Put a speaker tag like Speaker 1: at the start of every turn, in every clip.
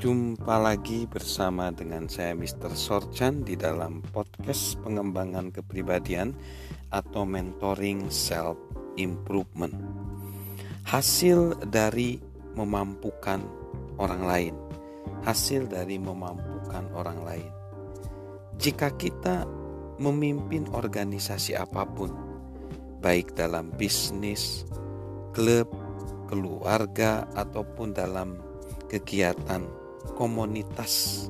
Speaker 1: Jumpa lagi bersama dengan saya Mr. Sorchan di dalam podcast pengembangan kepribadian atau mentoring self improvement. Hasil dari memampukan orang lain. Hasil dari memampukan orang lain. Jika kita memimpin organisasi apapun, baik dalam bisnis, klub, keluarga ataupun dalam kegiatan komunitas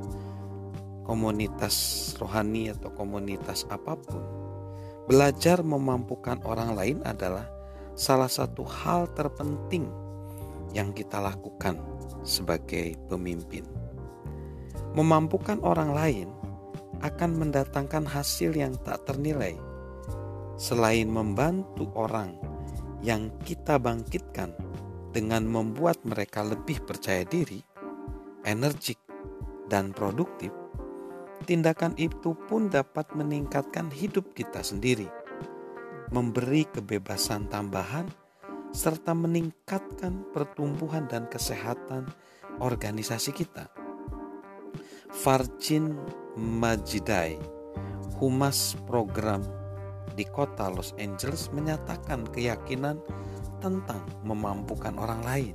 Speaker 1: rohani atau komunitas apapun, belajar memampukan orang lain adalah salah satu hal terpenting yang kita lakukan sebagai pemimpin. Memampukan orang lain akan mendatangkan hasil yang tak ternilai. Selain membantu orang yang kita bangkitkan dengan membuat mereka lebih percaya diri, energik, dan produktif, tindakan itu pun dapat meningkatkan hidup kita sendiri, memberi kebebasan tambahan, serta meningkatkan pertumbuhan dan kesehatan organisasi kita. Farjin Majidai, Humas Program di kota Los Angeles, menyatakan keyakinan tentang memampukan orang lain.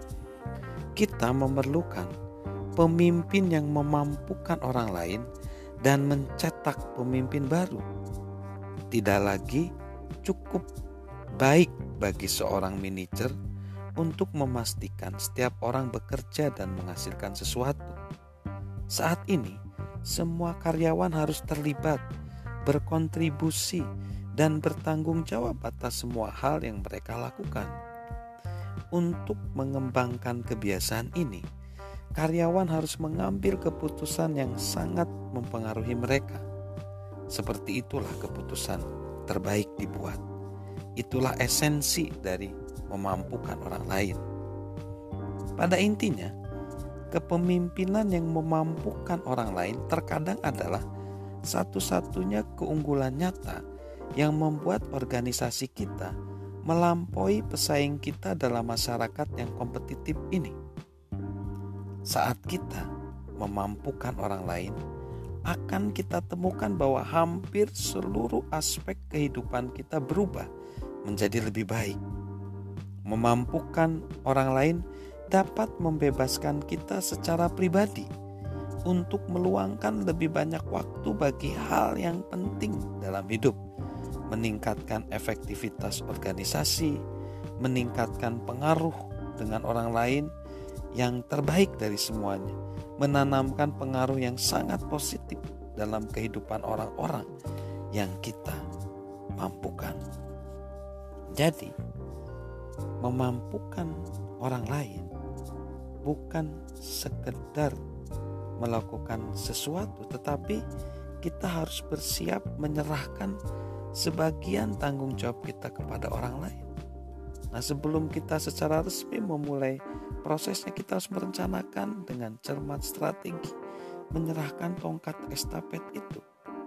Speaker 1: Kita memerlukan pemimpin yang memampukan orang lain dan mencetak pemimpin baru. Tidak lagi cukup baik bagi seorang manajer untuk memastikan setiap orang bekerja dan menghasilkan sesuatu. Saat ini, semua karyawan harus terlibat, berkontribusi, dan bertanggung jawab atas semua hal yang mereka lakukan. Untuk mengembangkan kebiasaan ini, karyawan harus mengambil keputusan yang sangat mempengaruhi mereka. Seperti itulah keputusan terbaik dibuat. Itulah esensi dari memampukan orang lain. Pada intinya, kepemimpinan yang memampukan orang lain terkadang adalah satu-satunya keunggulan nyata yang membuat organisasi kita melampaui pesaing kita dalam masyarakat yang kompetitif ini. Saat kita memampukan orang lain, akan kita temukan bahwa hampir seluruh aspek kehidupan kita berubah menjadi lebih baik. Memampukan orang lain dapat membebaskan kita secara pribadi untuk meluangkan lebih banyak waktu bagi hal yang penting dalam hidup, meningkatkan efektivitas organisasi, meningkatkan pengaruh dengan orang lain yang terbaik dari semuanya, menanamkan pengaruh yang sangat positif dalam kehidupan orang-orang yang kita mampukan. Jadi, memampukan orang lain bukan sekedar melakukan sesuatu, tetapi kita harus bersiap menyerahkan sebagian tanggung jawab kita kepada orang lain. Nah, sebelum kita secara resmi memulai prosesnya, kita harus merencanakan dengan cermat strategi menyerahkan tongkat estafet itu.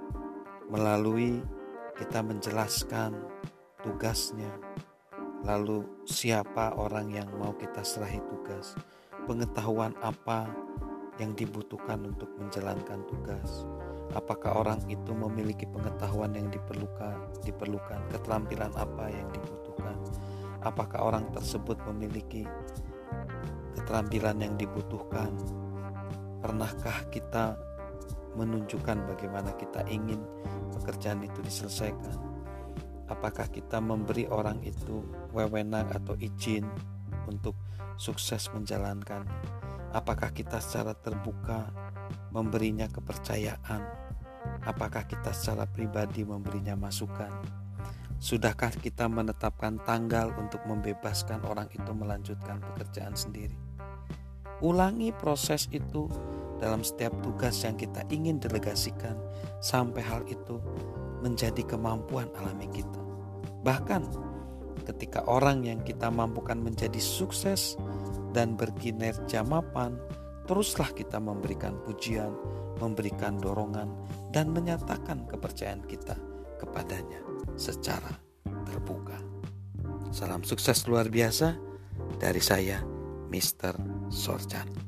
Speaker 1: Melalui kita menjelaskan tugasnya, lalu siapa orang yang mau kita serahi tugas, pengetahuan apa yang dibutuhkan untuk menjalankan tugas, apakah orang itu memiliki pengetahuan yang diperlukan, keterampilan apa yang dibutuhkan, apakah orang tersebut memiliki keterampilan yang dibutuhkan, pernahkah kita menunjukkan bagaimana kita ingin pekerjaan itu diselesaikan, apakah kita memberi orang itu wewenang atau izin untuk sukses menjalankan, apakah kita secara terbuka memberinya kepercayaan, apakah kita secara pribadi memberinya masukan. Sudahkah kita menetapkan tanggal untuk membebaskan orang itu melanjutkan pekerjaan sendiri? Ulangi proses itu dalam setiap tugas yang kita ingin delegasikan sampai hal itu menjadi kemampuan alami kita. Bahkan ketika orang yang kita mampukan menjadi sukses dan berkinerja mapan, teruslah kita memberikan pujian, memberikan dorongan, dan menyatakan kepercayaan kita kepadanya secara terbuka. Salam sukses luar biasa dari saya, Mr. Sorchan.